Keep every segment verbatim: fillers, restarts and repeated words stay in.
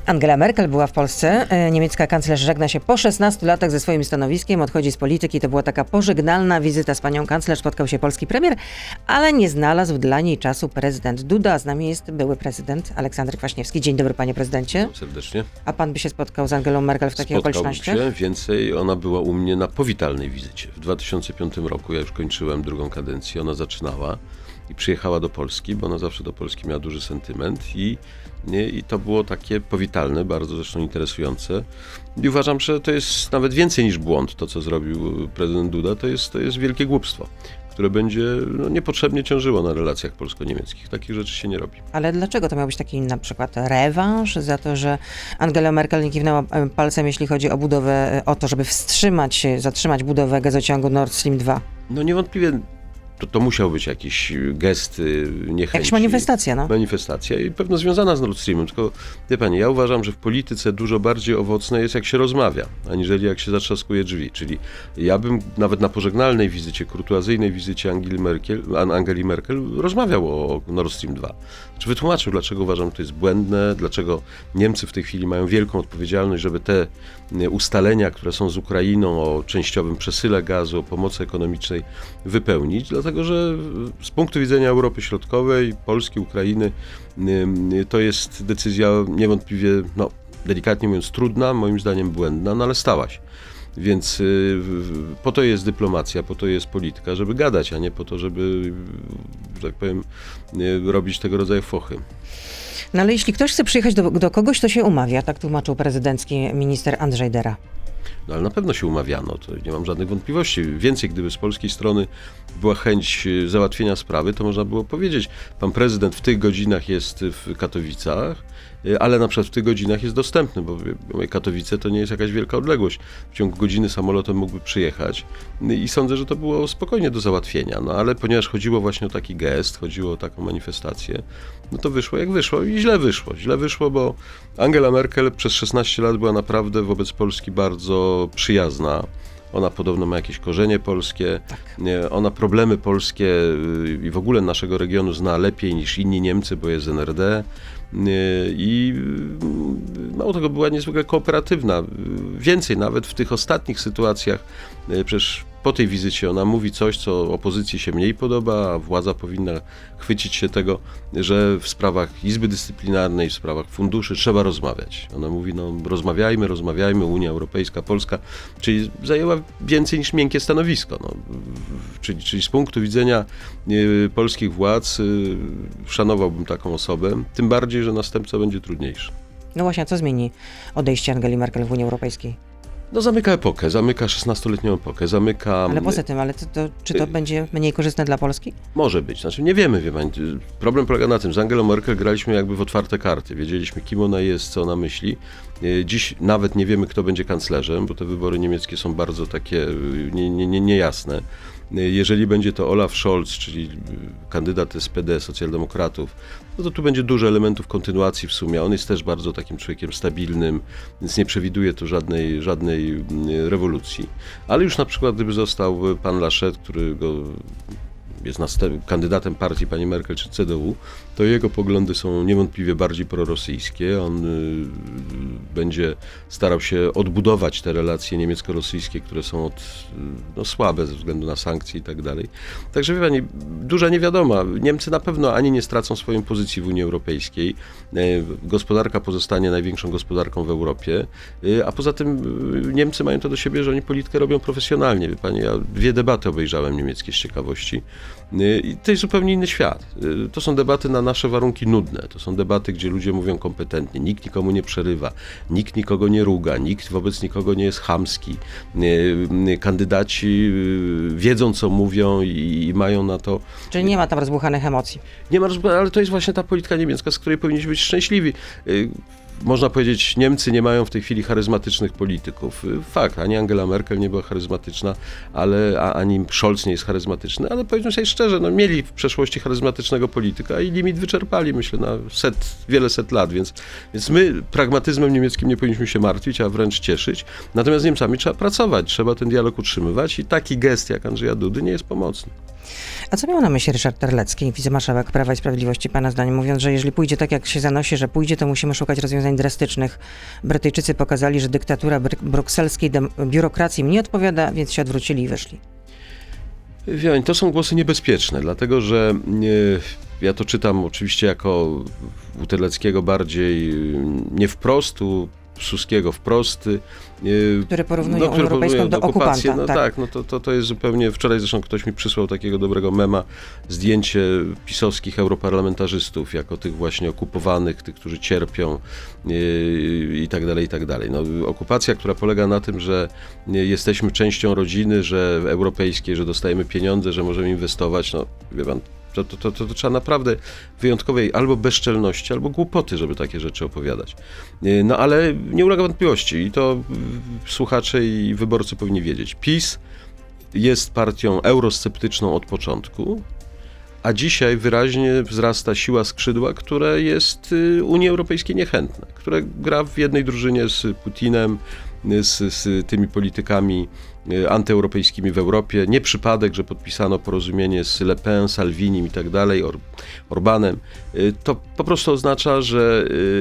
Angela Merkel była w Polsce. Niemiecka kanclerz żegna się po szesnastu latach ze swoim stanowiskiem, odchodzi z polityki. To była taka pożegnalna wizyta z panią kanclerz. Spotkał się polski premier, ale nie znalazł dla niej czasu prezydent Duda. Z nami jest były prezydent Aleksander Kwaśniewski. Dzień dobry, panie prezydencie. Witam serdecznie. A pan by się spotkał z Angelą Merkel w takiej Spotkał okolicznościach? się. Więcej, ona była u mnie na powitalnej wizycie. W dwa tysiące piątym roku, ja już kończyłem drugą kadencję, ona zaczynała i przyjechała do Polski, bo ona zawsze do Polski miała duży sentyment i, nie, i to było takie powitalne, bardzo zresztą interesujące. I uważam, że to jest nawet więcej niż błąd, to co zrobił prezydent Duda, to jest, to jest wielkie głupstwo, które będzie no, niepotrzebnie ciążyło na relacjach polsko-niemieckich. Takich rzeczy się nie robi. Ale dlaczego to miał być taki na przykład rewanż za to, że Angela Merkel nie kiwnęła palcem, jeśli chodzi o budowę, o to, żeby wstrzymać, zatrzymać budowę gazociągu Nord Stream dwa? No niewątpliwie to, to musiał być jakiś gest niechęci. Jakaś manifestacja, no. Manifestacja i pewno związana z Nord Streamem. Tylko, wie pani, ja uważam, że w polityce dużo bardziej owocne jest, jak się rozmawia, aniżeli jak się zatrzaskuje drzwi. Czyli ja bym nawet na pożegnalnej wizycie, kurtuazyjnej wizycie Angeli Merkel, Angeli Merkel rozmawiał o Nord Stream dwa. Czy wytłumaczył, dlaczego uważam, że to jest błędne, dlaczego Niemcy w tej chwili mają wielką odpowiedzialność, żeby te ustalenia, które są z Ukrainą o częściowym przesyle gazu, o pomocy ekonomicznej wypełnić. Dlatego, że z punktu widzenia Europy Środkowej, Polski, Ukrainy, to jest decyzja niewątpliwie, no, delikatnie mówiąc, trudna, moim zdaniem błędna, no ale stała się. Więc po to jest dyplomacja, po to jest polityka, żeby gadać, a nie po to, żeby, że tak powiem, robić tego rodzaju fochy. No ale jeśli ktoś chce przyjechać do, do kogoś, to się umawia, tak tłumaczył prezydencki minister Andrzej Dera. No ale na pewno się umawiano, to nie mam żadnych wątpliwości. Więcej, gdyby z polskiej strony była chęć załatwienia sprawy, to można było powiedzieć, pan prezydent w tych godzinach jest w Katowicach, ale na przykład w tych godzinach jest dostępny, bo Katowice to nie jest jakaś wielka odległość. W ciągu godziny samolotem mógłby przyjechać i sądzę, że to było spokojnie do załatwienia. No ale ponieważ chodziło właśnie o taki gest, chodziło o taką manifestację, no to wyszło jak wyszło i źle wyszło. Źle wyszło, bo Angela Merkel przez szesnaście lat była naprawdę wobec Polski bardzo przyjazna. Ona podobno ma jakieś korzenie polskie, tak. Ona problemy polskie i w ogóle naszego regionu zna lepiej niż inni Niemcy, bo jest z N R D i mało tego, była niezwykle kooperatywna. Więcej, nawet w tych ostatnich sytuacjach, przecież po tej wizycie ona mówi coś, co opozycji się mniej podoba, a władza powinna chwycić się tego, że w sprawach Izby Dyscyplinarnej, w sprawach funduszy trzeba rozmawiać. Ona mówi, no rozmawiajmy, rozmawiajmy, Unia Europejska, Polska, czyli zajęła więcej niż miękkie stanowisko. No, czyli, czyli z punktu widzenia y, polskich władz y, szanowałbym taką osobę, tym bardziej, że następca będzie trudniejszy. No właśnie, a co zmieni odejście Angeli Merkel w Unii Europejskiej? No zamyka epokę, zamyka szesnastoletnią epokę, zamyka... Ale poza tym, ale to, to, czy to będzie mniej korzystne dla Polski? Może być, znaczy nie wiemy, wie pani. Problem polega na tym, z Angelą Merkel graliśmy jakby w otwarte karty, wiedzieliśmy, kim ona jest, co ona myśli. Dziś nawet nie wiemy, kto będzie kanclerzem, bo te wybory niemieckie są bardzo takie nie, nie, nie, niejasne. Jeżeli będzie to Olaf Scholz, czyli kandydat S P D, socjaldemokratów, no to tu będzie dużo elementów kontynuacji w sumie. On jest też bardzo takim człowiekiem stabilnym, więc nie przewiduje tu żadnej, żadnej rewolucji. Ale już na przykład gdyby został pan Laschet, który go jest następ- kandydatem partii pani Merkel czy C D U, to jego poglądy są niewątpliwie bardziej prorosyjskie. On y, będzie starał się odbudować te relacje niemiecko-rosyjskie, które są od, no, słabe ze względu na sankcje i tak dalej. Także wie pani, duża niewiadoma. Niemcy na pewno ani nie stracą swojej pozycji w Unii Europejskiej. Y, gospodarka pozostanie największą gospodarką w Europie, y, a poza tym y, Niemcy mają to do siebie, że oni politykę robią profesjonalnie. Wie pani, ja dwie debaty obejrzałem niemieckie z ciekawości. I to jest zupełnie inny świat. To są debaty na nasze warunki nudne. To są debaty, gdzie ludzie mówią kompetentnie. Nikt nikomu nie przerywa, nikt nikogo nie ruga, nikt wobec nikogo nie jest chamski. Kandydaci wiedzą, co mówią i mają na to... Czyli nie ma tam rozbuchanych emocji. Nie ma rozbuchanych, ale to jest właśnie ta polityka niemiecka, z której powinniśmy być szczęśliwi. Można powiedzieć, Niemcy nie mają w tej chwili charyzmatycznych polityków. Fakt, ani Angela Merkel nie była charyzmatyczna, ale, a, ani Scholz nie jest charyzmatyczny, ale powiedzmy sobie szczerze, no, mieli w przeszłości charyzmatycznego polityka i limit wyczerpali, myślę, na set, wiele set lat, więc, więc my pragmatyzmem niemieckim nie powinniśmy się martwić, a wręcz cieszyć. Natomiast z Niemcami trzeba pracować, trzeba ten dialog utrzymywać i taki gest jak Andrzeja Dudy nie jest pomocny. A co miał na myśli Ryszard Terlecki, wicemarszałek Prawa i Sprawiedliwości, pana zdaniem, mówiąc, że jeżeli pójdzie tak, jak się zanosi, że pójdzie, to musimy szukać rozwiązań drastycznych. Brytyjczycy pokazali, że dyktatura br- brukselskiej dem- biurokracji im nie odpowiada, więc się odwrócili i wyszli. Wie, to są głosy niebezpieczne, dlatego że e, ja to czytam oczywiście jako u Terleckiego bardziej nie wprost, u Suskiego wprost. Który porównuje no, Unię Europejską do okupanta. No tak, tak no to, to, to jest zupełnie... Wczoraj zresztą ktoś mi przysłał takiego dobrego mema, zdjęcie pisowskich europarlamentarzystów jako tych właśnie okupowanych, tych, którzy cierpią i, i tak dalej, i tak dalej. No, okupacja, która polega na tym, że jesteśmy częścią rodziny, że europejskiej, że dostajemy pieniądze, że możemy inwestować, no wie pan, To, to, to, to trzeba naprawdę wyjątkowej albo bezczelności, albo głupoty, żeby takie rzeczy opowiadać. No ale nie ulega wątpliwości i to słuchacze i wyborcy powinni wiedzieć. PiS jest partią eurosceptyczną od początku, a dzisiaj wyraźnie wzrasta siła skrzydła, które jest Unii Europejskiej niechętne, które gra w jednej drużynie z Putinem, z, z tymi politykami antyeuropejskimi w Europie. Nie przypadek, że podpisano porozumienie z Le Pen, Salvinim i tak dalej, Or- Orbanem. To po prostu oznacza, że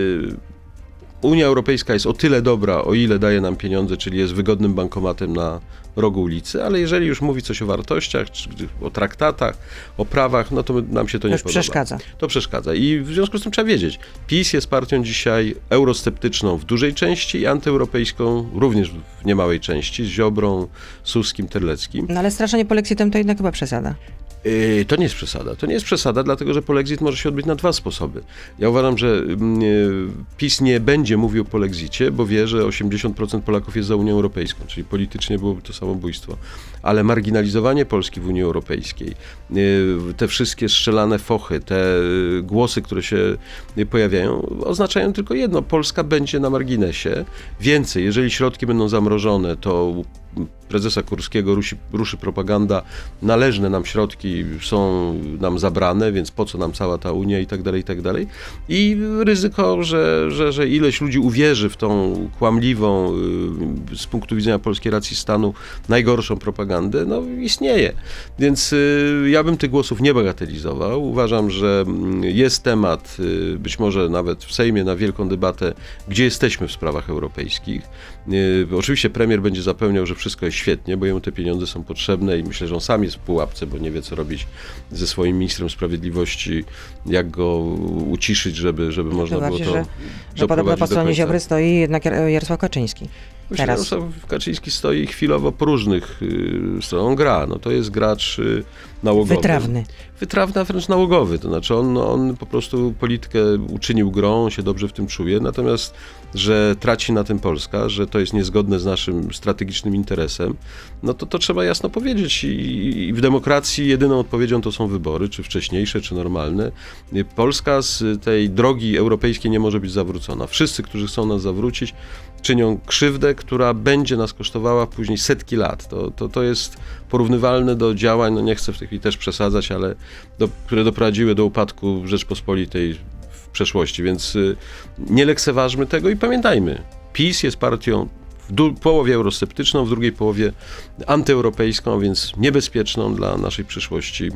Unia Europejska jest o tyle dobra, o ile daje nam pieniądze, czyli jest wygodnym bankomatem na rogu ulicy, ale jeżeli już mówi coś o wartościach, czy o traktatach, o prawach, no to nam się to nie już podoba. przeszkadza. To przeszkadza. I w związku z tym trzeba wiedzieć, PiS jest partią dzisiaj eurosceptyczną w dużej części i antyeuropejską również w niemałej części, z Ziobrą, Suskim, Terleckim. No ale straszenie polexitem to jednak chyba przesada. Yy, to nie jest przesada. To nie jest przesada, dlatego że polexit może się odbyć na dwa sposoby. Ja uważam, że yy, PiS nie będzie mówił o polexicie, bo wie, że osiemdziesiąt procent Polaków jest za Unią Europejską, czyli politycznie byłoby to samobójstwo. Ale marginalizowanie Polski w Unii Europejskiej, yy, te wszystkie strzelane fochy, te yy, głosy, które się yy, pojawiają, oznaczają tylko jedno. Polska będzie na marginesie. Więcej, jeżeli środki będą zamrożone, to prezesa Kurskiego ruszy, ruszy propaganda, należne nam środki są nam zabrane, więc po co nam cała ta Unia i tak dalej, i tak dalej. I ryzyko, że, że, że ileś ludzi uwierzy w tą kłamliwą, z punktu widzenia polskiej racji stanu, najgorszą propagandę, no istnieje. Więc y, ja bym tych głosów nie bagatelizował. Uważam, że jest temat, y, być może nawet w Sejmie na wielką debatę, gdzie jesteśmy w sprawach europejskich. Y, oczywiście premier będzie zapewniał, że wszystko jest świetnie, bo jemu te pieniądze są potrzebne i myślę, że on sam jest w pułapce, bo nie wie, co robić ze swoim ministrem sprawiedliwości, jak go uciszyć, żeby, żeby można było to że, że podobno po stronie Ziobry stoi jednak Jarosław Kaczyński. Myślę, Teraz. że Jarosław Kaczyński stoi chwilowo po różnych y, stronach. On gra, no to jest gracz y, nałogowy. Wytrawny. Wytrawny, a wręcz nałogowy. To znaczy on, on po prostu politykę uczynił grą, on się dobrze w tym czuje, natomiast że traci na tym Polska, że to jest niezgodne z naszym strategicznym interesem, no to to trzeba jasno powiedzieć. I, i w demokracji jedyną odpowiedzią to są wybory, czy wcześniejsze, czy normalne. Polska z tej drogi europejskiej nie może być zawrócona. Wszyscy, którzy chcą nas zawrócić, czynią krzywdę, która będzie nas kosztowała później setki lat. To, to, to jest porównywalne do działań, no nie chcę w tej chwili też przesadzać, ale do, które doprowadziły do upadku Rzeczpospolitej w przeszłości, więc y, nie lekceważmy tego i pamiętajmy, PiS jest partią w du- połowie eurosceptyczną, w drugiej połowie antyeuropejską, więc niebezpieczną dla naszej przyszłości.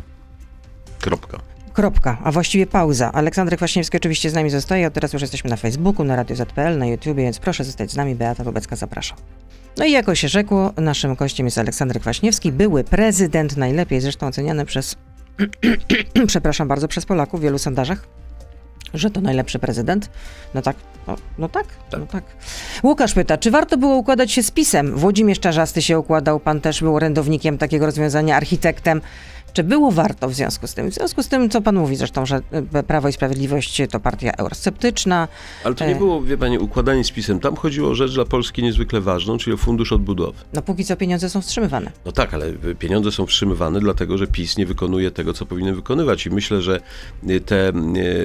Kropka. Kropka, a właściwie pauza. Aleksander Kwaśniewski oczywiście z nami zostaje, a teraz już jesteśmy na Facebooku, na Radio Z P L, na YouTubie, więc proszę zostać z nami. Beata Wobecka, zapraszam. No i jako się rzekło, naszym gościem jest Aleksander Kwaśniewski, były prezydent, najlepiej zresztą oceniany przez, przepraszam bardzo, przez Polaków w wielu sondażach, że to najlepszy prezydent. No tak, no, no tak, tak, no tak. Łukasz pyta, czy warto było układać się z PiS-em? Włodzimierz Czarzasty się układał, pan też był orędownikiem takiego rozwiązania, architektem. Czy było warto w związku z tym? W związku z tym, co pan mówi zresztą, że Prawo i Sprawiedliwość to partia eurosceptyczna. Ale to nie było, wie pani, układanie z PiS-em. Tam chodziło o rzecz dla Polski niezwykle ważną, czyli o fundusz odbudowy. No póki co pieniądze są wstrzymywane. No tak, ale pieniądze są wstrzymywane, dlatego że PiS nie wykonuje tego, co powinien wykonywać. I myślę, że te obawy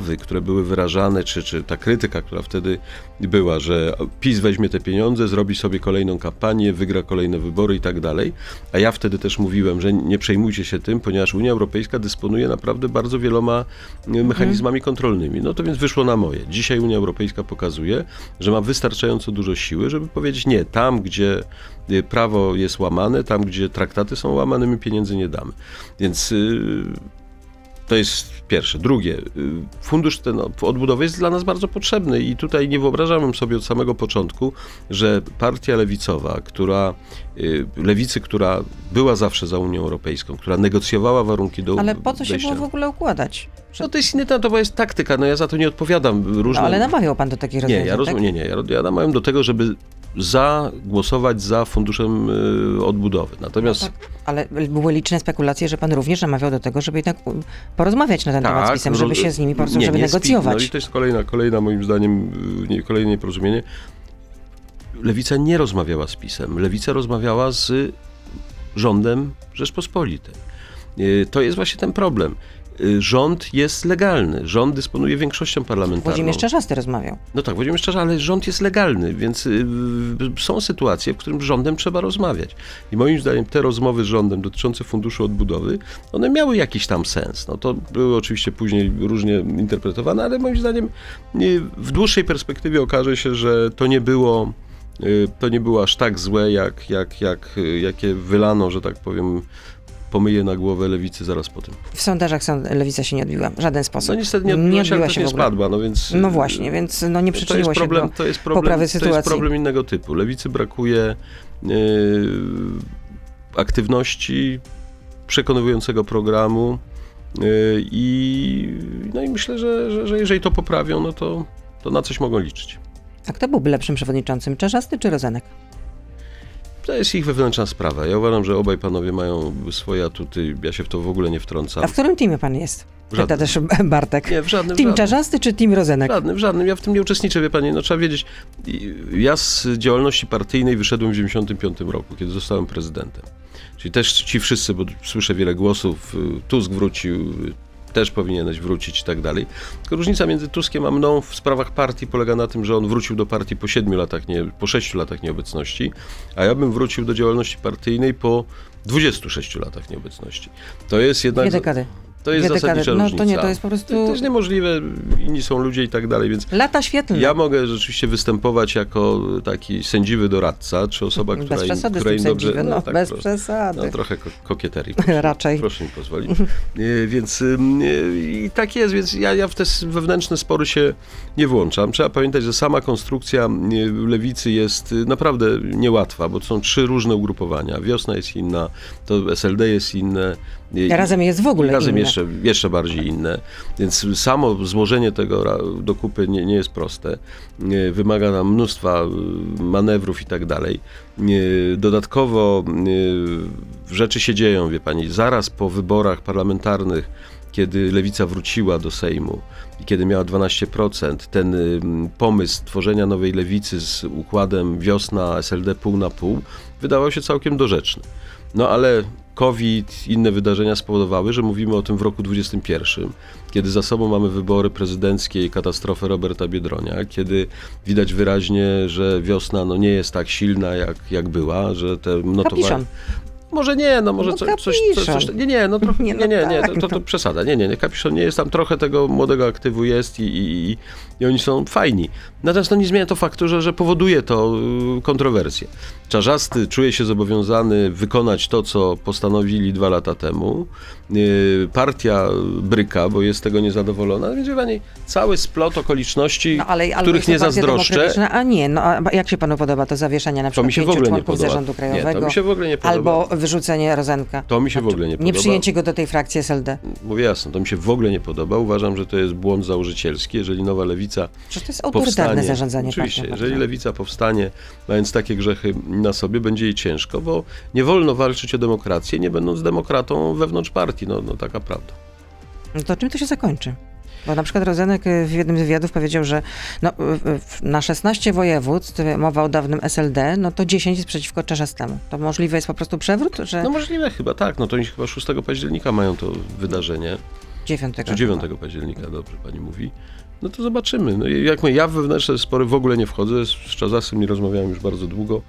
obawy, które były wyrażane, czy, czy ta krytyka, która wtedy była, że PiS weźmie te pieniądze, zrobi sobie kolejną kampanię, wygra kolejne wybory i tak dalej. A ja wtedy też mówiłem, że nie przejmujcie się tym, ponieważ Unia Europejska dysponuje naprawdę bardzo wieloma mechanizmami kontrolnymi. No to więc wyszło na moje. Dzisiaj Unia Europejska pokazuje, że ma wystarczająco dużo siły, żeby powiedzieć nie, tam gdzie prawo jest łamane, tam gdzie traktaty są łamane, my pieniędzy nie damy. Więc yy, to jest pierwsze. Drugie, fundusz ten odbudowy jest dla nas bardzo potrzebny i tutaj nie wyobrażałem sobie od samego początku, że partia lewicowa, która, lewicy, która była zawsze za Unią Europejską, która negocjowała warunki do Ale po co się wejścia. było w ogóle układać? Że... No to jest inny temat, to jest taktyka, no ja za to nie odpowiadam. Różne... No ale namawiał pan do takich rozwiązań, Nie, ja rozumiem, tak? nie, nie, ja, ja namawiam do tego, żeby zagłosować za funduszem y, odbudowy. Natomiast... No tak, ale były liczne spekulacje, że pan również namawiał do tego, żeby jednak porozmawiać na ten tak, temat z PiS-em, żeby się z nimi po prostu, nie, żeby nie negocjować. No i to jest kolejna, kolejna moim zdaniem, nie, kolejne nieporozumienie. Lewica nie rozmawiała z PiS-em. Lewica rozmawiała z rządem Rzeczpospolitej. Y, to jest właśnie ten problem. Rząd jest legalny, rząd dysponuje większością parlamentarną. Włodzimierz Czarzasty rozmawiał. No tak, Włodzimierz Czarzasty, ale rząd jest legalny, więc y, są sytuacje, w którym z rządem trzeba rozmawiać. I moim zdaniem te rozmowy z rządem dotyczące Funduszu Odbudowy, one miały jakiś tam sens. No to były oczywiście później różnie interpretowane, ale moim zdaniem y, w dłuższej perspektywie okaże się, że to nie było, y, to nie było aż tak złe, jak, jak, jak, jakie wylano, że tak powiem, pomyje na głowę lewicy zaraz po tym. W sondażach sąd, lewica się nie odbiła w żaden sposób. No niestety nie odbiła, nie odbiła się, się nie spadła, no więc... No właśnie, więc no nie przyczyniło to jest problem, się do to jest problem, poprawy sytuacji. To jest problem innego typu. Lewicy brakuje yy, aktywności, przekonującego programu yy, i, no i myślę, że, że, że jeżeli to poprawią, no to, to na coś mogą liczyć. A kto byłby lepszym przewodniczącym, Czarzasty czy Rozenek? To jest ich wewnętrzna sprawa. Ja uważam, że obaj panowie mają swoje atuty. Ja się w to w ogóle nie wtrącam. A w którym teamie pan jest? Pyta też Bartek. Nie, w żadnym. Team w żadnym. Czarzasty czy team Rozenek? W żadnym, w żadnym. Ja w tym nie uczestniczę, wie pani. No trzeba wiedzieć. Ja z działalności partyjnej wyszedłem w dziewięćdziesiątym piątym roku, kiedy zostałem prezydentem. Czyli też ci wszyscy, bo słyszę wiele głosów, Tusk wrócił, też powinieneś wrócić i tak dalej. Tylko różnica między Tuskiem a mną w sprawach partii polega na tym, że on wrócił do partii po siedmiu latach, nie, po sześciu latach nieobecności, a ja bym wrócił do działalności partyjnej po dwudziestu sześciu latach nieobecności. To jest jednak... Dwie dekady. To jest Dwie zasadnicza dekady. No różnica. to nie, to jest po prostu... To jest niemożliwe, inni są ludzie i tak dalej, więc... Lata świetlne. Ja mogę rzeczywiście występować jako taki sędziwy doradca, czy osoba, która bez przesady im, która im dobrze... Sędziwy, no, no tak, bez proszę, przesady. No, trochę ko- kokieterii. Proszę, Raczej. Proszę mi pozwolić. E, więc e, i tak jest, więc ja, ja w te wewnętrzne spory się nie włączam. Trzeba pamiętać, że sama konstrukcja lewicy jest naprawdę niełatwa, bo to są trzy różne ugrupowania. Wiosna jest inna, to S L D jest inne. Razem jest w ogóle Razem inne. jeszcze, jeszcze bardziej inne. Więc samo złożenie tego do kupy nie, nie jest proste. Wymaga nam mnóstwa manewrów i tak dalej. Dodatkowo rzeczy się dzieją, wie pani. Zaraz po wyborach parlamentarnych, kiedy Lewica wróciła do Sejmu i kiedy miała dwanaście procent, ten pomysł tworzenia nowej lewicy z układem Wiosna, S L D pół na pół wydawał się całkiem dorzeczny. No ale COVID, inne wydarzenia spowodowały, że mówimy o tym w roku dwudziestym pierwszym, kiedy za sobą mamy wybory prezydenckie i katastrofę Roberta Biedronia, kiedy widać wyraźnie, że Wiosna no, nie jest tak silna, jak, jak była, że te notowania... Może nie, no może no coś, coś, coś, coś... Nie, nie, no trochę, nie, nie, nie, nie to, to, to przesada. Nie, nie, nie, Kapiszon nie jest tam, trochę tego młodego aktywu jest i, i, i oni są fajni. Natomiast no, nie zmienia to faktu, że, że powoduje to kontrowersje. Czarzasty czuje się zobowiązany wykonać to, co postanowili dwa lata temu. Partia bryka, bo jest z tego niezadowolona. Więc wie pani, cały splot okoliczności, no, ale, których nie zazdroszczę. A nie, no a jak się panu podoba to zawieszenie na przykład to mi się pięciu w ogóle członków nie podoba. Zarządu Krajowego? Nie, to mi się w ogóle nie podoba. Albo wyrzucenie Rozenka. To mi się znaczy, w ogóle nie podoba. Nie przyjęcie go do tej frakcji S L D. Mówię jasno, to mi się w ogóle nie podoba. Uważam, że to jest błąd założycielski. Jeżeli nowa lewica Przecież to jest autorytarne powstanie, zarządzanie oczywiście, partią. jeżeli lewica powstanie, mając takie grzechy na sobie, będzie jej ciężko, bo nie wolno walczyć o demokrację, nie będąc demokratą wewnątrz partii. No, no taka prawda. No to czym to się zakończy? Bo na przykład Rozenek w jednym z wywiadów powiedział, że no, na szesnaście województw, mowa o dawnym S L D, no to dziesięć jest przeciwko Czarzastemu. To możliwe jest po prostu przewrót? Że... No możliwe chyba, tak. No to oni chyba szóstego października mają to wydarzenie. dziewiątego Czy dziewiątego października, dobrze pani mówi. No to zobaczymy. No i jak mówię, ja w wewnętrzne spory w ogóle nie wchodzę. Z Czazasem nie rozmawiałem już bardzo długo.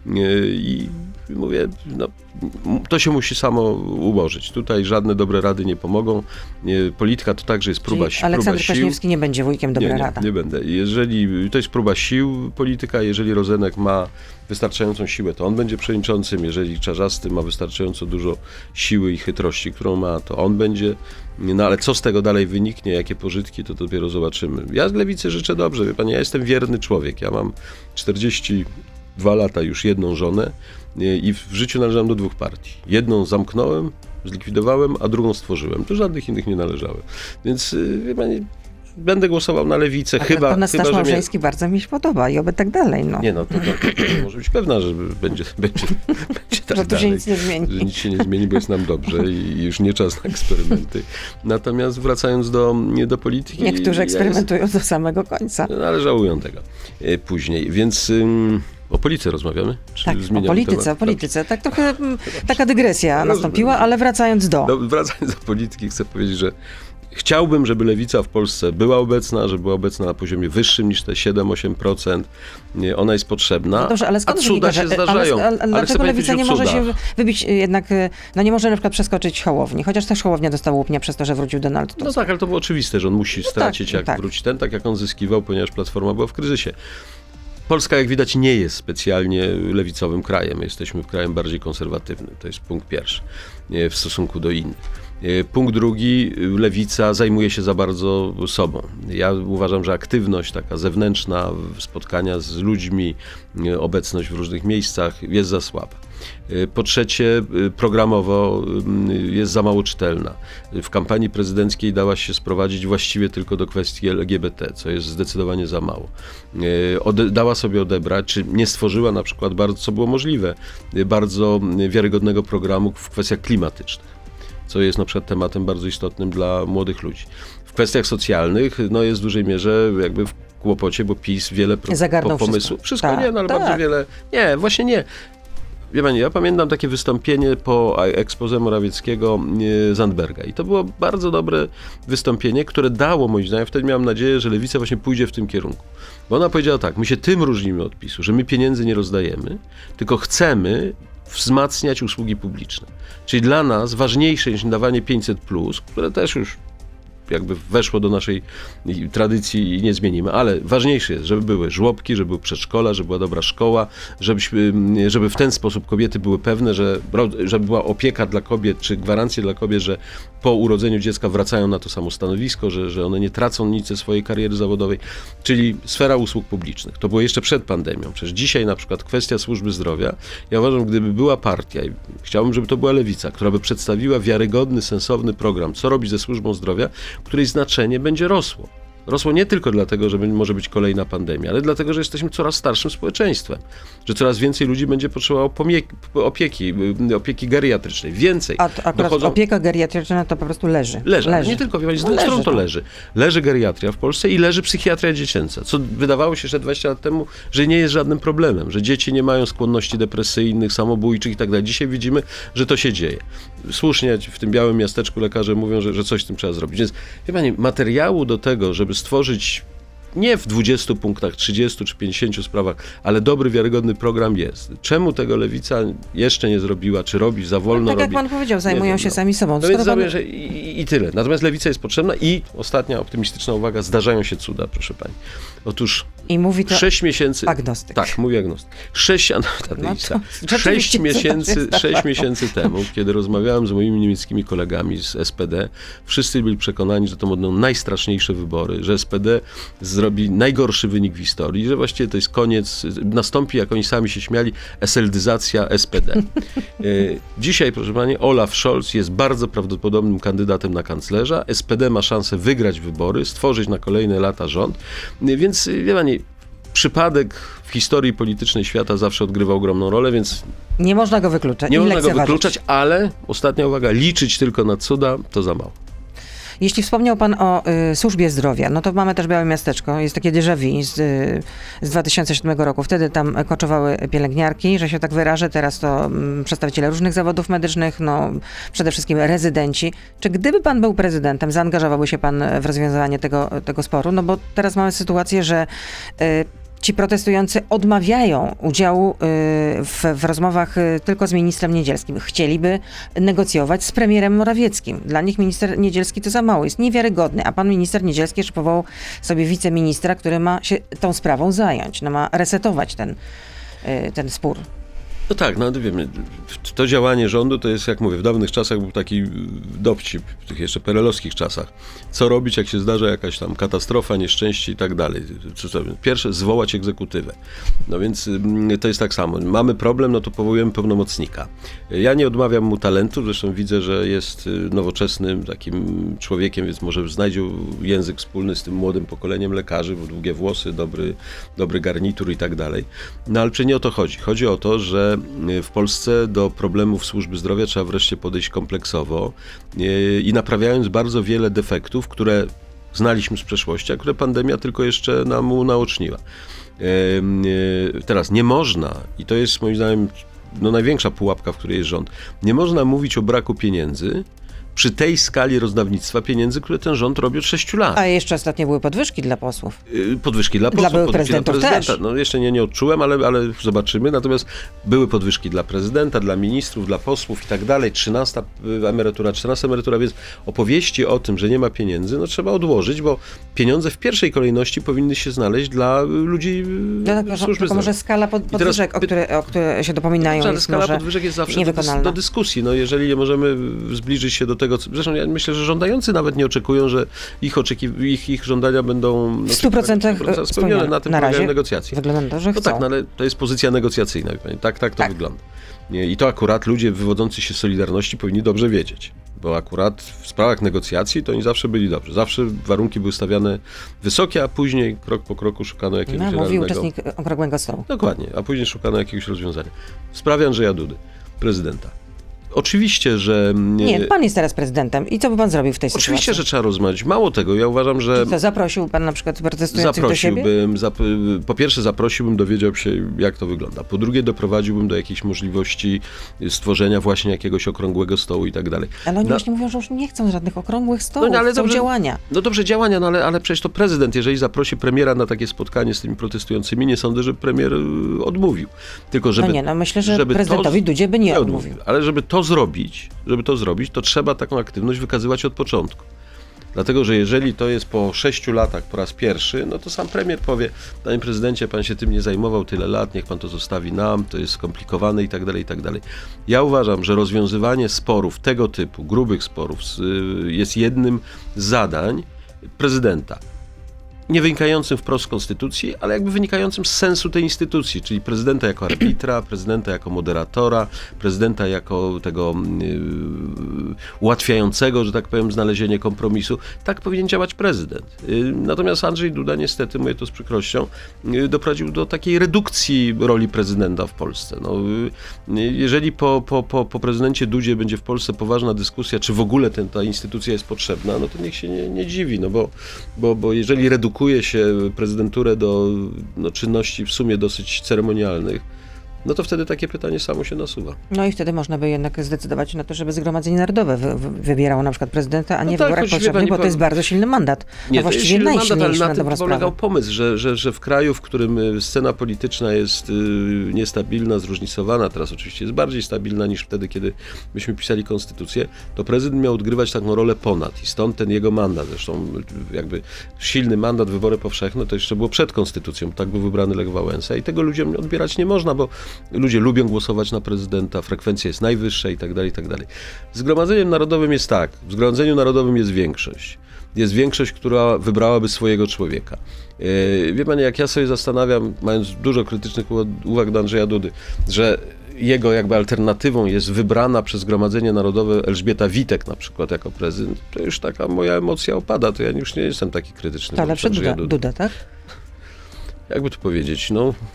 I mówię, no, to się musi samo ułożyć. Tutaj żadne dobre rady nie pomogą. Polityka to także jest próba, Czyli Aleksander próba sił. Kwaśniewski nie będzie wujkiem dobra nie, nie, rada. Nie będę. Jeżeli to jest próba sił polityka, jeżeli Rozenek ma wystarczającą siłę, to on będzie przewodniczącym. Jeżeli Czarzasty ma wystarczająco dużo siły i chytrości, którą ma, to on będzie. No ale co z tego dalej wyniknie, jakie pożytki, to dopiero zobaczymy. Ja z Lewicy życzę dobrze. Wie pani, ja jestem wierny człowiek. Ja mam czterdzieści dwa lata już jedną żonę i w życiu należałem do dwóch partii. Jedną zamknąłem, zlikwidowałem, a drugą stworzyłem. Do żadnych innych nie należałem. Więc wie pani, będę głosował na Lewicę. Ale chyba, pana chyba staż że małżeński mnie... bardzo mi się podoba i oby tak dalej. No. Nie no, to, to, to może być pewna, że będzie, będzie, będzie tak że tu dalej, się nic nie zmieni. Że nic się nie zmieni, bo jest nam dobrze i już nie czas na eksperymenty. Natomiast wracając do, do polityki... Niektórzy eksperymentują ja jest, do samego końca. No, ale żałują tego później. Więc... Ym, O polityce rozmawiamy? Czy tak, o polityce, temat? o polityce. Tak trochę taka dygresja nastąpiła, ale wracając do... do... Wracając do polityki, chcę powiedzieć, że chciałbym, żeby lewica w Polsce była obecna, żeby była obecna na poziomie wyższym niż te siedem osiem procent. Ona jest potrzebna, no dobrze, ale skąd a cuda wynika, się zdarzają. Ale, ale, ale dlaczego lewica nie może się wybić jednak, no nie może na przykład przeskoczyć Hołowni, chociaż też Hołownia dostał łupnia przez to, że wrócił Donald Tusk. No tak, ale to było oczywiste, że on musi no stracić, tak, jak tak. wróci ten, tak jak on zyskiwał, ponieważ Platforma była w kryzysie. Polska, jak widać, nie jest specjalnie lewicowym krajem. Jesteśmy krajem bardziej konserwatywnym. To jest punkt pierwszy w stosunku do innych. Punkt drugi, lewica zajmuje się za bardzo sobą. Ja uważam, że aktywność taka zewnętrzna, spotkania z ludźmi, obecność w różnych miejscach jest za słaba. Po trzecie, programowo jest za mało czytelna. W kampanii prezydenckiej dała się sprowadzić właściwie tylko do kwestii L G B T, co jest zdecydowanie za mało. Ode- dała sobie odebrać, czy nie stworzyła na przykład, bardzo, co było możliwe, bardzo wiarygodnego programu w kwestiach klimatycznych, co jest na przykład tematem bardzo istotnym dla młodych ludzi. W kwestiach socjalnych no jest w dużej mierze jakby w kłopocie, bo PiS wiele pro- Zagarnął po- pomysłów. wszystko, Wszystko tak, nie, no ale tak. bardzo wiele. Nie, właśnie nie. Wie pani, ja pamiętam takie wystąpienie po exposé Morawieckiego Zandberga i to było bardzo dobre wystąpienie, które dało, moim zdaniem, wtedy miałem nadzieję, że Lewica właśnie pójdzie w tym kierunku. Bo ona powiedziała tak, my się tym różnimy od PiSu, że my pieniędzy nie rozdajemy, tylko chcemy wzmacniać usługi publiczne. Czyli dla nas ważniejsze niż dawanie pięćset plus, które też już jakby weszło do naszej tradycji i nie zmienimy, ale ważniejsze jest, żeby były żłobki, żeby były przedszkola, żeby była dobra szkoła, żebyśmy, żeby w ten sposób kobiety były pewne, że, żeby była opieka dla kobiet, czy gwarancje dla kobiet, że po urodzeniu dziecka wracają na to samo stanowisko, że, że one nie tracą nic ze swojej kariery zawodowej, czyli sfera usług publicznych. To było jeszcze przed pandemią. Przecież dzisiaj na przykład kwestia służby zdrowia, ja uważam, gdyby była partia i chciałbym, żeby to była Lewica, która by przedstawiła wiarygodny, sensowny program, co robić ze służbą zdrowia, której znaczenie będzie rosło. Rosło nie tylko dlatego, że może być kolejna pandemia, ale dlatego, że jesteśmy coraz starszym społeczeństwem. Że coraz więcej ludzi będzie potrzebowało pomieki, opieki, opieki geriatrycznej. Więcej. A akurat Dochodzą... opieka geriatryczna to po prostu leży. Leży, leży. nie tylko, z dwóch leży, stron to tak. leży. Leży geriatria w Polsce i leży psychiatria dziecięca, co wydawało się jeszcze dwadzieścia lat temu, że nie jest żadnym problemem, że dzieci nie mają skłonności depresyjnych, samobójczych i tak dalej. Dzisiaj widzimy, że to się dzieje. Słusznie w tym białym miasteczku lekarze mówią, że, że coś z tym trzeba zrobić. Więc, wie pani, materiału do tego, żeby stworzyć nie w dwudziestu punktach, trzydziestu czy pięćdziesięciu sprawach, ale dobry, wiarygodny program jest. Czemu tego Lewica jeszcze nie zrobiła, czy robi za wolno? No, tak robi? jak pan powiedział, zajmują wiem, się no. sami sobą. No więc pan... pan... że i, i tyle. Natomiast Lewica jest potrzebna i ostatnia optymistyczna uwaga, zdarzają się cuda, proszę pani. Otóż I mówi to sześć miesięcy... agnostyk. Tak, mówi agnostyk. Sześć, no, No to sześć miesięcy, tak sześć miesięcy temu, kiedy rozmawiałem z moimi niemieckimi kolegami z S P D, wszyscy byli przekonani, że to będą najstraszniejsze wybory, że S P D zrobi najgorszy wynik w historii, że właściwie to jest koniec, nastąpi, jak oni sami się śmiali, eseldyzacja S P D. Dzisiaj, proszę pani, Olaf Scholz jest bardzo prawdopodobnym kandydatem na kanclerza. S P D ma szansę wygrać wybory, stworzyć na kolejne lata rząd, więc wie pani, przypadek w historii politycznej świata zawsze odgrywa ogromną rolę, więc nie można go wykluczać. Nie I można go lekceważyć. wykluczać, ale ostatnia uwaga, liczyć tylko na cuda to za mało. Jeśli wspomniał pan o y, służbie zdrowia, no to mamy też Białe Miasteczko. Jest takie déjà vu z, y, z dwa tysiące siódmego roku. Wtedy tam koczowały pielęgniarki, że się tak wyrażę. Teraz to y, przedstawiciele różnych zawodów medycznych, no przede wszystkim rezydenci. Czy gdyby pan był prezydentem, zaangażowałby się pan w rozwiązywanie tego, tego sporu? No bo teraz mamy sytuację, że y, ci protestujący odmawiają udziału y, w, w rozmowach y, tylko z ministrem Niedzielskim. Chcieliby negocjować z premierem Morawieckim. Dla nich minister Niedzielski to za mało, jest niewiarygodny, a pan minister Niedzielski jeszcze powołał sobie wiceministra, który ma się tą sprawą zająć, no ma resetować ten, y, ten spór. No tak, no wiemy, to działanie rządu to jest, jak mówię, w dawnych czasach był taki dowcip, w tych jeszcze perelowskich czasach. Co robić, jak się zdarza jakaś tam katastrofa, nieszczęście i tak dalej. Pierwsze, zwołać egzekutywę. No więc to jest tak samo. Mamy problem, no to powołujemy pełnomocnika. Ja nie odmawiam mu talentu, zresztą widzę, że jest nowoczesnym takim człowiekiem, więc może znajdzie język wspólny z tym młodym pokoleniem lekarzy, bo długie włosy, dobry, dobry garnitur i tak dalej. No ale czy nie o to chodzi? Chodzi o to, że w Polsce do problemów służby zdrowia trzeba wreszcie podejść kompleksowo i naprawiając bardzo wiele defektów, które znaliśmy z przeszłości, a które pandemia tylko jeszcze nam unaoczniła. Teraz nie można, i to jest moim zdaniem no, największa pułapka, w której jest rząd, nie można mówić o braku pieniędzy przy tej skali rozdawnictwa pieniędzy, które ten rząd robi od sześciu lat. A jeszcze ostatnio były podwyżki dla posłów. Podwyżki dla posłów, dla byłych podwyżki prezydentów dla prezydenta. też. No jeszcze nie, nie odczułem, ale, ale zobaczymy. Natomiast były podwyżki dla prezydenta, dla ministrów, dla posłów i tak dalej. Trzynasta emerytura, czternasta emerytura, więc opowieści o tym, że nie ma pieniędzy, no trzeba odłożyć, bo pieniądze w pierwszej kolejności powinny się znaleźć dla ludzi no tak, służby zdrowia. Tylko może skala pod, podwyżek, teraz, o, które, o które się dopominają, no, jest skala może podwyżek jest zawsze do, niewykonalna. do dyskusji. No jeżeli nie możemy zbliżyć się do tego, co, zresztą ja myślę, że żądający nawet nie oczekują, że ich, oczeki- ich, ich żądania będą w stu procentach spełnione. Na tym na polegają razie negocjacje. Wygląda na to, że no chcą. tak, no ale to jest pozycja negocjacyjna. Tak, tak to tak. wygląda. I to akurat ludzie wywodzący się z Solidarności powinni dobrze wiedzieć. Bo akurat w sprawach negocjacji to oni zawsze byli dobrzy. Zawsze warunki były stawiane wysokie, a później krok po kroku szukano jakiegoś no, realnego... Mówił uczestnik Okrągłego Stołu. Dokładnie, a później szukano jakiegoś rozwiązania. W sprawie Andrzeja Dudy, prezydenta. Oczywiście, że... Nie, pan jest teraz prezydentem. I co by pan zrobił w tej Oczywiście, sytuacji? że trzeba rozmawiać. Mało tego, ja uważam, że... Co, zaprosił pan na przykład protestujących do siebie? Zaprosiłbym, zap- po pierwsze zaprosiłbym, dowiedział się, jak to wygląda. Po drugie, doprowadziłbym do jakiejś możliwości stworzenia właśnie jakiegoś okrągłego stołu i tak dalej. Ale oni no, właśnie mówią, że już nie chcą żadnych okrągłych stołów, no, ale chcą dobrze, działania. No dobrze, działania, no ale, ale przecież to prezydent, jeżeli zaprosi premiera na takie spotkanie z tymi protestującymi, nie sądzę, że premier y, odmówił. Tylko żeby, no nie, no myślę, że żeby prezydentowi to, Dudzie by nie odmówił. Ale żeby to zrobić, żeby to zrobić, to trzeba taką aktywność wykazywać od początku. Dlatego, że jeżeli to jest po sześciu latach po raz pierwszy, no to sam premier powie, panie prezydencie, pan się tym nie zajmował tyle lat, niech pan to zostawi nam, to jest skomplikowane i tak dalej, i tak dalej. Ja uważam, że rozwiązywanie sporów tego typu, grubych sporów, jest jednym z zadań prezydenta. Nie wynikającym wprost z konstytucji, ale jakby wynikającym z sensu tej instytucji, czyli prezydenta jako arbitra, prezydenta jako moderatora, prezydenta jako tego yy, ułatwiającego, że tak powiem, znalezienie kompromisu. Tak powinien działać prezydent. Yy, natomiast Andrzej Duda, niestety, mówię to z przykrością, yy, doprowadził do takiej redukcji roli prezydenta w Polsce. No, yy, jeżeli po, po, po, po prezydencie Dudzie będzie w Polsce poważna dyskusja, czy w ogóle ten, ta instytucja jest potrzebna, no to niech się nie, nie dziwi, no bo, bo, bo jeżeli redukuje się prezydenturę do no, czynności w sumie dosyć ceremonialnych, no to wtedy takie pytanie samo się nasuwa. No i wtedy można by jednak zdecydować na to, żeby Zgromadzenie Narodowe wy, wy, wybierało na przykład prezydenta, a nie no w tak, wyborach powszechnych, bo to jest bardzo silny mandat. Nie, no właściwie to jest silny mandat, ale na tym na polegał pomysł, że, że, że w kraju, w którym scena polityczna jest y, niestabilna, zróżnicowana, teraz oczywiście jest bardziej stabilna niż wtedy, kiedy myśmy pisali konstytucję, to prezydent miał odgrywać taką rolę ponad i stąd ten jego mandat. Zresztą jakby silny mandat, wybory powszechne, to jeszcze było przed konstytucją, tak był wybrany Lech Wałęsa i tego ludziom odbierać nie można, bo ludzie lubią głosować na prezydenta, frekwencja jest najwyższa i tak dalej, i tak dalej. Z Zgromadzeniem Narodowym jest tak, w Zgromadzeniu Narodowym jest większość. Jest większość, która wybrałaby swojego człowieka. Yy, wie pani, jak ja sobie zastanawiam, mając dużo krytycznych uwag do Andrzeja Dudy, że jego jakby alternatywą jest wybrana przez Zgromadzenie Narodowe Elżbieta Witek na przykład jako prezydent, to już taka moja emocja opada, to ja już nie jestem taki krytyczny. To lepszy Duda, Duda, tak? Jakby to powiedzieć, no...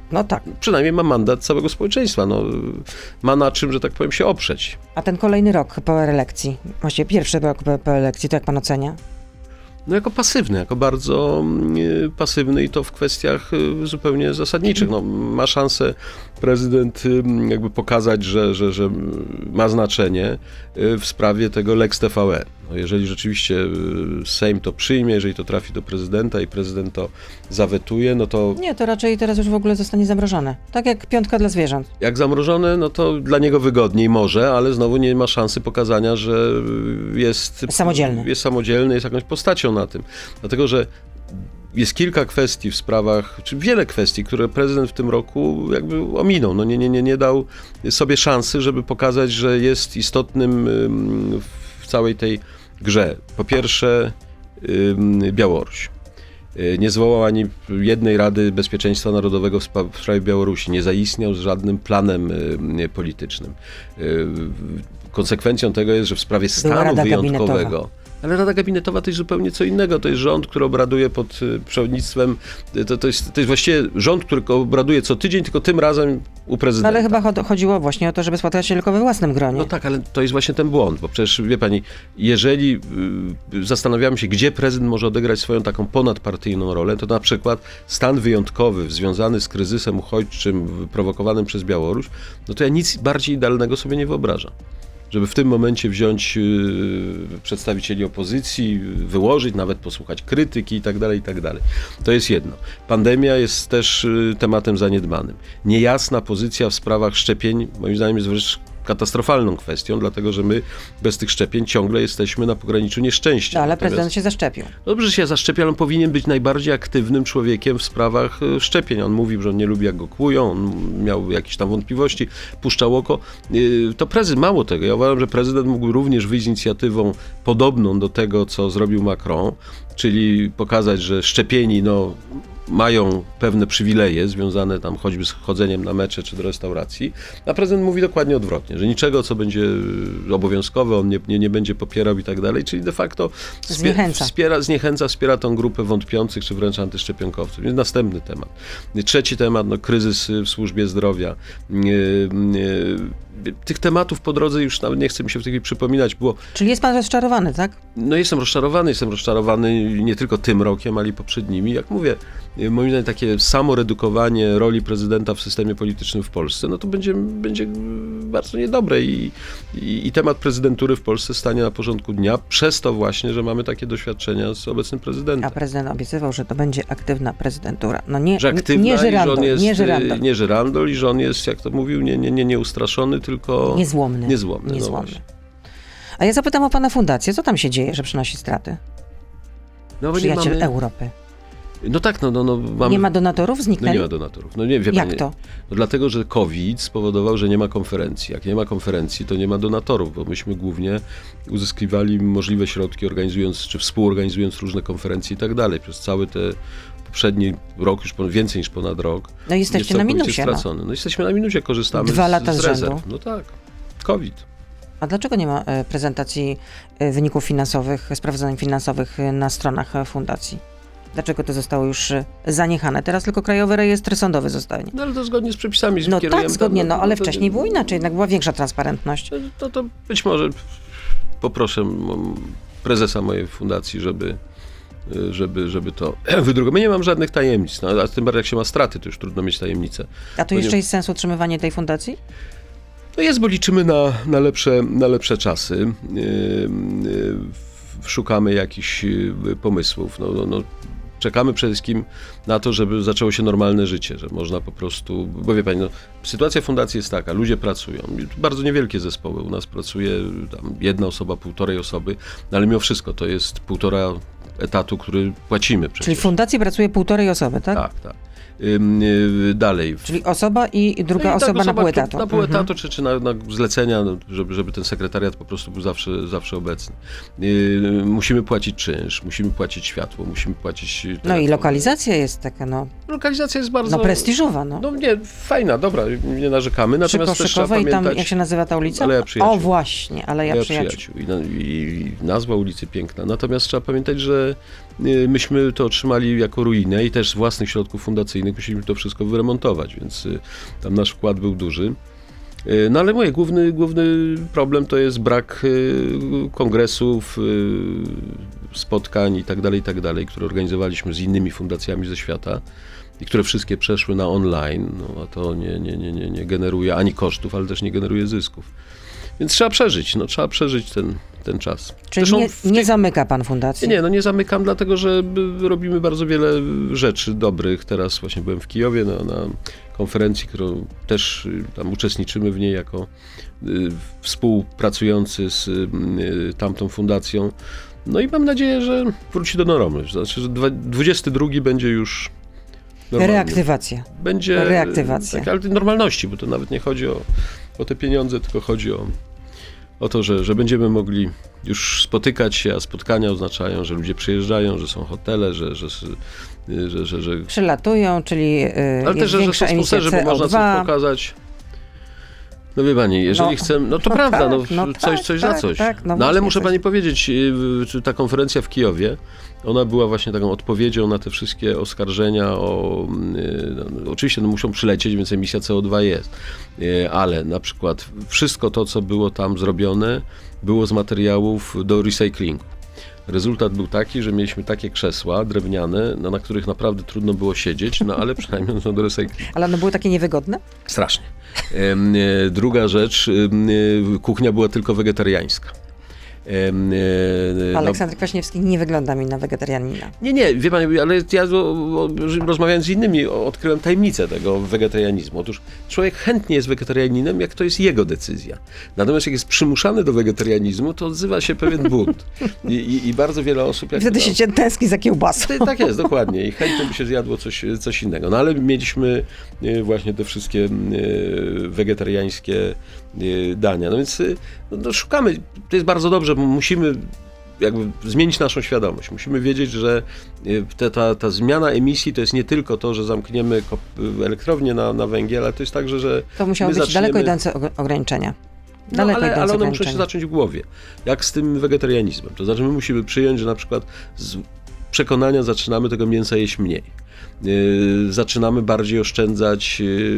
No tak. Przynajmniej ma mandat całego społeczeństwa. No, ma na czym, że tak powiem, się oprzeć. A ten kolejny rok po reelekcji, właściwie pierwszy rok po, po elekcji, to jak pan ocenia? No jako pasywny, jako bardzo y, pasywny i to w kwestiach y, zupełnie zasadniczych. No, ma szansę prezydent y, jakby pokazać, że, że, że ma znaczenie y, w sprawie tego Lex T V N. No, jeżeli rzeczywiście y, Sejm to przyjmie, jeżeli to trafi do prezydenta i prezydent to zawetuje, no to... Nie, to raczej teraz już w ogóle zostanie zamrożone. Tak jak piątka dla zwierząt. Jak zamrożone, no to dla niego wygodniej może, ale znowu nie ma szansy pokazania, że jest... Samodzielny. Jest samodzielny, jest jakąś postacią na tym. Dlatego, że jest kilka kwestii w sprawach, czy wiele kwestii, które prezydent w tym roku jakby ominął. No nie, nie, nie, nie dał sobie szansy, żeby pokazać, że jest istotnym w całej tej grze. Po pierwsze Białoruś. Nie zwołał ani jednej Rady Bezpieczeństwa Narodowego w sprawie Białorusi. Nie zaistniał z żadnym planem politycznym. Konsekwencją tego jest, że w sprawie stanu wyjątkowego... Gabinetowa. Ale Rada Gabinetowa to jest zupełnie co innego. To jest rząd, który obraduje pod przewodnictwem, to, to, jest, to jest właściwie rząd, który obraduje co tydzień, tylko tym razem u prezydenta. Ale chyba chodziło właśnie o to, żeby spotkać się tylko we własnym gronie. No tak, ale to jest właśnie ten błąd, bo przecież wie pani, jeżeli y, zastanawiamy się, gdzie prezydent może odegrać swoją taką ponadpartyjną rolę, to na przykład stan wyjątkowy związany z kryzysem uchodźczym prowokowanym przez Białoruś, no to ja nic bardziej idealnego sobie nie wyobrażam. Żeby w tym momencie wziąć y, przedstawicieli opozycji, wyłożyć, nawet posłuchać krytyki i tak dalej, i tak dalej. To jest jedno. Pandemia jest też y, tematem zaniedbanym. Niejasna pozycja w sprawach szczepień, moim zdaniem, jest wręcz katastrofalną kwestią, dlatego że my bez tych szczepień ciągle jesteśmy na pograniczu nieszczęścia. No, ale Natomiast, prezydent się zaszczepił. Dobrze, że się zaszczepił, ale on powinien być najbardziej aktywnym człowiekiem w sprawach szczepień. On mówił, że on nie lubi, jak go kłują, on miał jakieś tam wątpliwości, puszczał oko. To prezydent, mało tego, ja uważam, że prezydent mógł również wyjść z inicjatywą podobną do tego, co zrobił Macron, czyli pokazać, że szczepieni, no, mają pewne przywileje związane tam choćby z chodzeniem na mecze czy do restauracji, a prezydent mówi dokładnie odwrotnie, że niczego, co będzie obowiązkowe, on nie, nie, nie będzie popierał i tak dalej, czyli de facto wspie- zniechęca. Wspiera, zniechęca, wspiera tą grupę wątpiących czy wręcz antyszczepionkowców. Jest następny temat. Trzeci temat, no, kryzys w służbie zdrowia. Tych tematów po drodze już nawet nie chcę mi się w tej chwili przypominać, było... Czyli jest pan rozczarowany, tak? No jestem rozczarowany, jestem rozczarowany nie tylko tym rokiem, ale i poprzednimi. Jak mówię, moim zdaniem takie samoredukowanie roli prezydenta w systemie politycznym w Polsce, no to będzie, będzie bardzo niedobre i, i, i temat prezydentury w Polsce stanie na porządku dnia przez to właśnie, że mamy takie doświadczenia z obecnym prezydentem. A prezydent obiecywał, że to będzie aktywna prezydentura. No nie, że aktywna nie żyrandol, i że on jest, nie żyrandol. Nie żyrandol i że on jest, jak to mówił, nie, nie, nie, nieustraszony, tylko... Niezłomny. Niezłomny, Niezłomny. No A ja zapytam o pana fundację. Co tam się dzieje, że przynosi straty? No, Przyjaciel mamy... Europy. No tak, no, no, no mamy... Nie ma donatorów? Zniknęli? No nie ma donatorów. No nie, wie Jak pani, to? No dlatego, że COVID spowodował, że nie ma konferencji. Jak nie ma konferencji, to nie ma donatorów, bo myśmy głównie uzyskiwali możliwe środki, organizując czy współorganizując różne konferencje i tak dalej. Przez cały te poprzedni rok, już ponad, więcej niż ponad rok. No jesteście na minusie. Stracony. No. no jesteśmy na minusie, korzystamy Dwa z, lata z z rezerw. rzędu. No tak, COVID. A dlaczego nie ma e, prezentacji e, wyników finansowych, sprawozdań finansowych e, na stronach e, fundacji? Dlaczego to zostało już e, zaniechane? Teraz tylko Krajowy Rejestr Sądowy zostanie. No ale to zgodnie z przepisami. No tak, zgodnie, tam, no ale to, wcześniej było inaczej, jednak była większa transparentność. To, to, to być może poproszę prezesa mojej fundacji, żeby żeby, żeby to wydrukować. Nie mam żadnych tajemnic, no, a tym bardziej jak się ma straty, to już trudno mieć tajemnicę. A to jeszcze nie... jest sens utrzymywanie tej fundacji? No jest, bo liczymy na, na, lepsze, na lepsze czasy. Yy, yy, szukamy jakichś pomysłów. No, no, no, czekamy przede wszystkim na to, żeby zaczęło się normalne życie, że można po prostu, bo wie pani, no, sytuacja fundacji jest taka, ludzie pracują, bardzo niewielkie zespoły, u nas pracuje tam jedna osoba, półtorej osoby, no, ale mimo wszystko to jest półtora etatu, który płacimy przecież. Czyli w fundacji pracuje półtorej osoby, tak? Tak, tak. Ym, yy, dalej. Czyli osoba i druga no i osoba, osoba na pół etatu. Na pół etatu, mhm. czy, czy na, na zlecenia, no, żeby, żeby ten sekretariat po prostu był zawsze, zawsze obecny. Yy, musimy płacić czynsz, musimy płacić światło, musimy płacić telefon. No i lokalizacja jest taka, no... Lokalizacja jest bardzo... No prestiżowa, no. No nie, fajna, dobra, nie narzekamy, natomiast też trzeba pamiętać... i tam, jak się nazywa ta ulica? Aleja Przyjaciół. O właśnie, Aleja Aleja Przyjaciół. Przyjaciół. I, I nazwa ulicy piękna. Natomiast trzeba pamiętać, że y, myśmy to otrzymali jako ruinę i też z własnych środków fundacyjnych musieliśmy to wszystko wyremontować, więc y, tam nasz wkład był duży. Y, no ale mój główny, główny problem to jest brak y, kongresów, y, spotkań i tak dalej, i tak dalej, które organizowaliśmy z innymi fundacjami ze świata i które wszystkie przeszły na online, no a to nie, nie, nie, nie, nie generuje ani kosztów, ale też nie generuje zysków. Więc trzeba przeżyć, no trzeba przeżyć ten, ten czas. Czyli Zresztą nie, w nie tych- zamyka pan fundacji? Nie, no nie zamykam, dlatego że b- robimy bardzo wiele rzeczy dobrych. Teraz właśnie byłem w Kijowie na, na konferencji, którą też y, tam uczestniczymy w niej jako y, współpracujący z y, tamtą fundacją. No i mam nadzieję, że wróci do normy. Znaczy, że dwa- dwudziesty drugi będzie już normalny. Reaktywacja. Będzie Reaktywacja. Tak, ale tej normalności, bo to nawet nie chodzi o, o te pieniądze, tylko chodzi o, o to, że, że będziemy mogli już spotykać się, a spotkania oznaczają, że ludzie przyjeżdżają, że są hotele, że, że, że, że, że Przylatują, czyli yy, ale jest też, że, że większa są emisja sponsorzy, bo można C O dwa. coś pokazać. No wie pani, jeżeli No. chcemy, no to No prawda, tak, no, no coś, tak, coś za tak, coś. tak, no no ale właśnie muszę coś. pani powiedzieć, yy, czy ta konferencja w Kijowie, ona była właśnie taką odpowiedzią na te wszystkie oskarżenia o, yy, no, oczywiście no, muszą przylecieć, więc emisja C O dwa jest, yy, ale na przykład wszystko to, co było tam zrobione, było z materiałów do recyklingu. Rezultat był taki, że mieliśmy takie krzesła drewniane, no, na których naprawdę trudno było siedzieć, no ale przynajmniej one są do recyklingu. Ale one były takie niewygodne? Strasznie. Em, e, Druga rzecz, em, e, kuchnia była tylko wegetariańska. Em, e, no, Aleksander Kwaśniewski nie wygląda mi na wegetarianina. nie, nie, wie pani, ale ja o, o, rozmawiając z innymi o- odkryłem tajemnicę tego wegetarianizmu. Otóż człowiek chętnie jest wegetarianinem, jak to jest jego decyzja. Natomiast jak jest przymuszany do wegetarianizmu, to odzywa się pewien bunt. I, i, i bardzo wiele osób... Jak Wtedy to- się cię tęskni za kiełbasą. Tak jest, dokładnie. I chętnie by się zjadło coś, coś innego. No ale mieliśmy e, właśnie te wszystkie e, wegetariańskie e, dania. No więc e, no, no, szukamy. To jest bardzo dobrze, bo musimy jakby zmienić naszą świadomość. Musimy wiedzieć, że e, te, ta, ta zmiana emisji to jest nie tylko to, że zamkniemy kop- elektrownię na, na węgiel, ale to jest także, że To musiały my być zaczniemy... daleko idące og- ograniczenia. No, Daleko ale, idące ale one muszą ograniczenia. się zacząć w głowie. Jak z tym wegetarianizmem. To znaczy my musimy przyjąć, że na przykład z przekonania zaczynamy tego mięsa jeść mniej. Yy, zaczynamy bardziej oszczędzać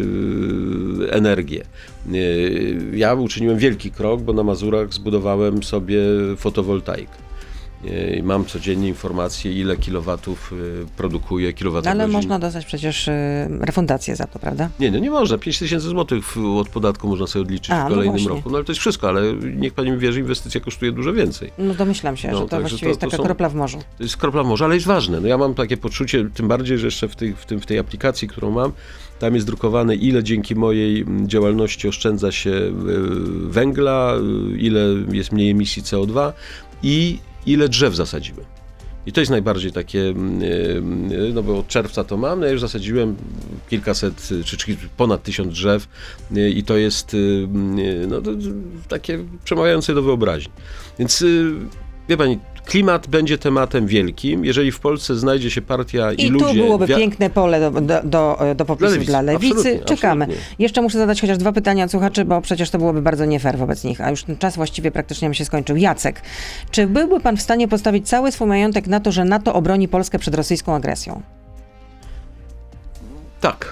yy, energię. Yy, ja uczyniłem wielki krok, bo na Mazurach zbudowałem sobie fotowoltaikę. Yy, mam codziennie informacje, ile kilowatów yy, produkuje kilowatogodzin. Ale można dostać przecież y, refundację za to, prawda? Nie, no nie można. pięć tysięcy złotych od podatku można sobie odliczyć A, w no kolejnym właśnie. roku. No ale to jest wszystko, ale niech pani mi wierzy, inwestycja kosztuje dużo więcej. No domyślam się, No, że to także właściwie to- jest to taka są- kropla w morzu. To jest kropla w morzu, ale jest ważne. No ja mam takie poczucie, tym bardziej, że jeszcze w tej, w tym, w tej aplikacji, którą mam, tam jest drukowane, ile dzięki mojej mm, działalności oszczędza się y, węgla, y, ile jest mniej emisji C O dwa i ile drzew zasadziłem. I to jest najbardziej takie, y, y, no bo od czerwca to mam, no ja już zasadziłem kilkaset, y, czy, czy ponad tysiąc drzew y, i to jest y, y, no, to, to, takie przemawiające do wyobraźni. Więc y, wie pani, klimat będzie tematem wielkim. Jeżeli w Polsce znajdzie się partia i, I ludzie... tu byłoby wia- piękne pole do, do, do, do popisów lewicy. dla lewicy. Absolutnie, Czekamy. absolutnie. Jeszcze muszę zadać chociaż dwa pytania od słuchaczy, bo przecież to byłoby bardzo nie fair wobec nich, a już ten czas właściwie praktycznie mi się skończył. Jacek, czy byłby pan w stanie postawić cały swój majątek na to, że NATO obroni Polskę przed rosyjską agresją? Tak,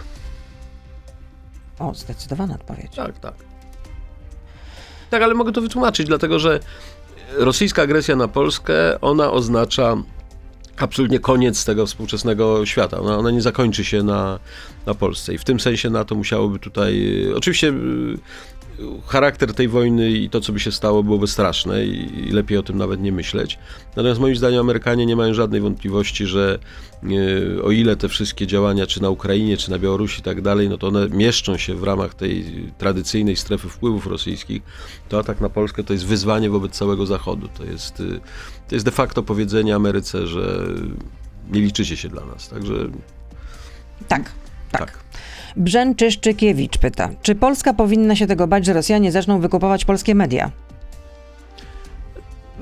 O, zdecydowana odpowiedź. tak, tak. Tak, ale mogę to wytłumaczyć, dlatego że rosyjska agresja na Polskę, ona oznacza absolutnie koniec tego współczesnego świata. Ona, ona nie zakończy się na, na Polsce i w tym sensie NATO musiałoby tutaj... Oczywiście y, charakter tej wojny i to, co by się stało, byłoby straszne i, i lepiej o tym nawet nie myśleć. Natomiast moim zdaniem Amerykanie nie mają żadnej wątpliwości, że y, o ile te wszystkie działania, czy na Ukrainie, czy na Białorusi i tak dalej, no to one mieszczą się w ramach tej tradycyjnej strefy wpływów rosyjskich, to atak na Polskę to jest wyzwanie wobec całego Zachodu. To jest, y, to jest de facto powiedzenie Ameryce, że nie liczycie się dla nas. Także Tak, tak. tak. Brzęczyszczykiewicz pyta, czy Polska powinna się tego bać, że Rosjanie zaczną wykupować polskie media?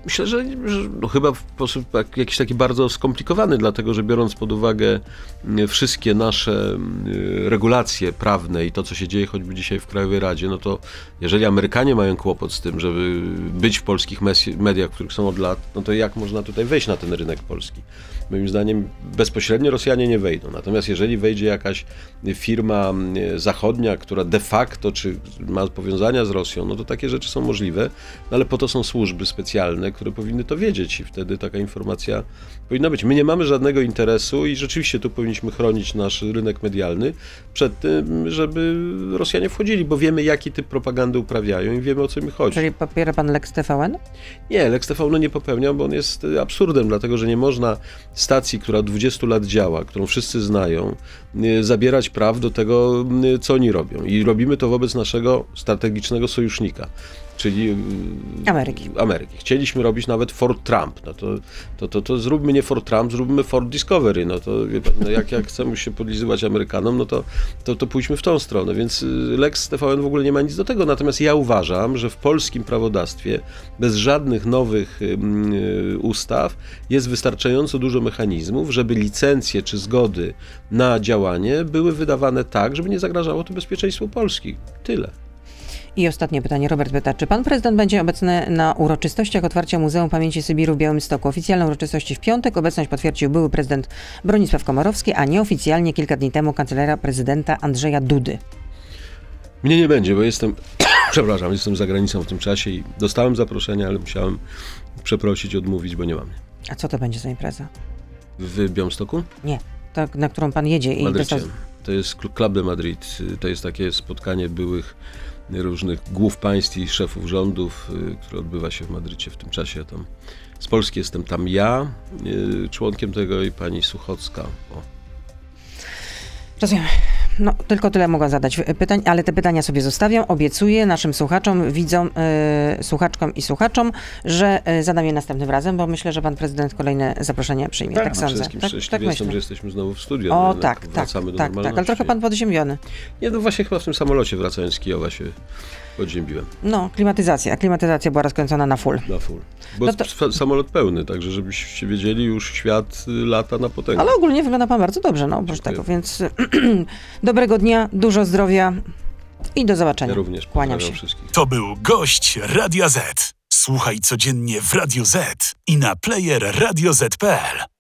Myślę, że, że no chyba w sposób jak, jakiś taki bardzo skomplikowany, dlatego że biorąc pod uwagę wszystkie nasze regulacje prawne i to, co się dzieje choćby dzisiaj w Krajowej Radzie, no to jeżeli Amerykanie mają kłopot z tym, żeby być w polskich mediach, w których są od lat, no to jak można tutaj wejść na ten rynek polski? Moim zdaniem bezpośrednio Rosjanie nie wejdą. Natomiast jeżeli wejdzie jakaś firma zachodnia, która de facto czy ma powiązania z Rosją, no to takie rzeczy są możliwe, no ale po to są służby specjalne, które powinny to wiedzieć i wtedy taka informacja powinna być. My nie mamy żadnego interesu i rzeczywiście tu powinniśmy chronić nasz rynek medialny przed tym, żeby Rosjanie wchodzili, bo wiemy, jaki typ propagandy uprawiają i wiemy, o co im chodzi. Czyli popiera pan Lex T V N? Nie, Lex T V N nie popełnia, bo on jest absurdem, dlatego że nie można stacji, która od dwudziestu lat działa, którą wszyscy znają, zabierać praw do tego, co oni robią. I robimy to wobec naszego strategicznego sojusznika, czyli Ameryki. Ameryki. Chcieliśmy robić nawet Fort Trump. No to, to, to, to zróbmy nie Fort Trump, zróbmy Fort Discovery. No to wie pan, no jak, jak chcemy się podlizywać Amerykanom, no to, to, to pójdźmy w tą stronę. Więc Lex T V N w ogóle nie ma nic do tego. Natomiast ja uważam, że w polskim prawodawstwie bez żadnych nowych y, ustaw jest wystarczająco dużo mechanizmów, żeby licencje czy zgody na działanie były wydawane tak, żeby nie zagrażało to bezpieczeństwu Polski. Tyle. I ostatnie pytanie. Robert pyta, czy pan prezydent będzie obecny na uroczystościach otwarcia Muzeum Pamięci Sybiru w Białymstoku? Oficjalne uroczystości w piątek. Obecność potwierdził były prezydent Bronisław Komorowski, a nieoficjalnie kilka dni temu kancelaria prezydenta Andrzeja Dudy. Mnie nie będzie, bo jestem, przepraszam, jestem za granicą w tym czasie i dostałem zaproszenie, ale musiałem przeprosić, odmówić, bo nie mam. A co to będzie za impreza? W Białymstoku? Nie, to, na którą pan jedzie. I Madrycie. dostał... To jest Club de Madrid. To jest takie spotkanie byłych różnych głów państw i szefów rządów, które odbywa się w Madrycie w tym czasie. Tam z Polski jestem tam ja, członkiem tego i pani Suchocka. O. Rozumiem. No, tylko tyle mogę zadać pytań, ale te pytania sobie zostawiam. Obiecuję naszym słuchaczom, widzom, yy, słuchaczkom i słuchaczom, że yy, zadam je następnym razem, bo myślę, że pan prezydent kolejne zaproszenie przyjmie. Tak, tak sądzę. Wszystkim tak, szczęśliwie tak jestem, myślę. że jesteśmy znowu w studiu. O, no, tak, tak, wracamy do tak, normalności. tak, ale trochę pan podziębiony. Nie, no właśnie chyba w tym samolocie wracając z Kijowa się podziębiłem. No, klimatyzacja. Klimatyzacja była rozkręcona na full. Na full. Bo No to... f- samolot pełny, także żebyście wiedzieli, już świat lata na potęgę. Ale ogólnie wygląda pan bardzo dobrze, no oprócz tego, więc dobrego dnia, dużo zdrowia i do zobaczenia. Ja również Kłaniam się. Wszystkich. To był gość Radia Z. Słuchaj codziennie w Radio Z i na player radio zet kropka pe el.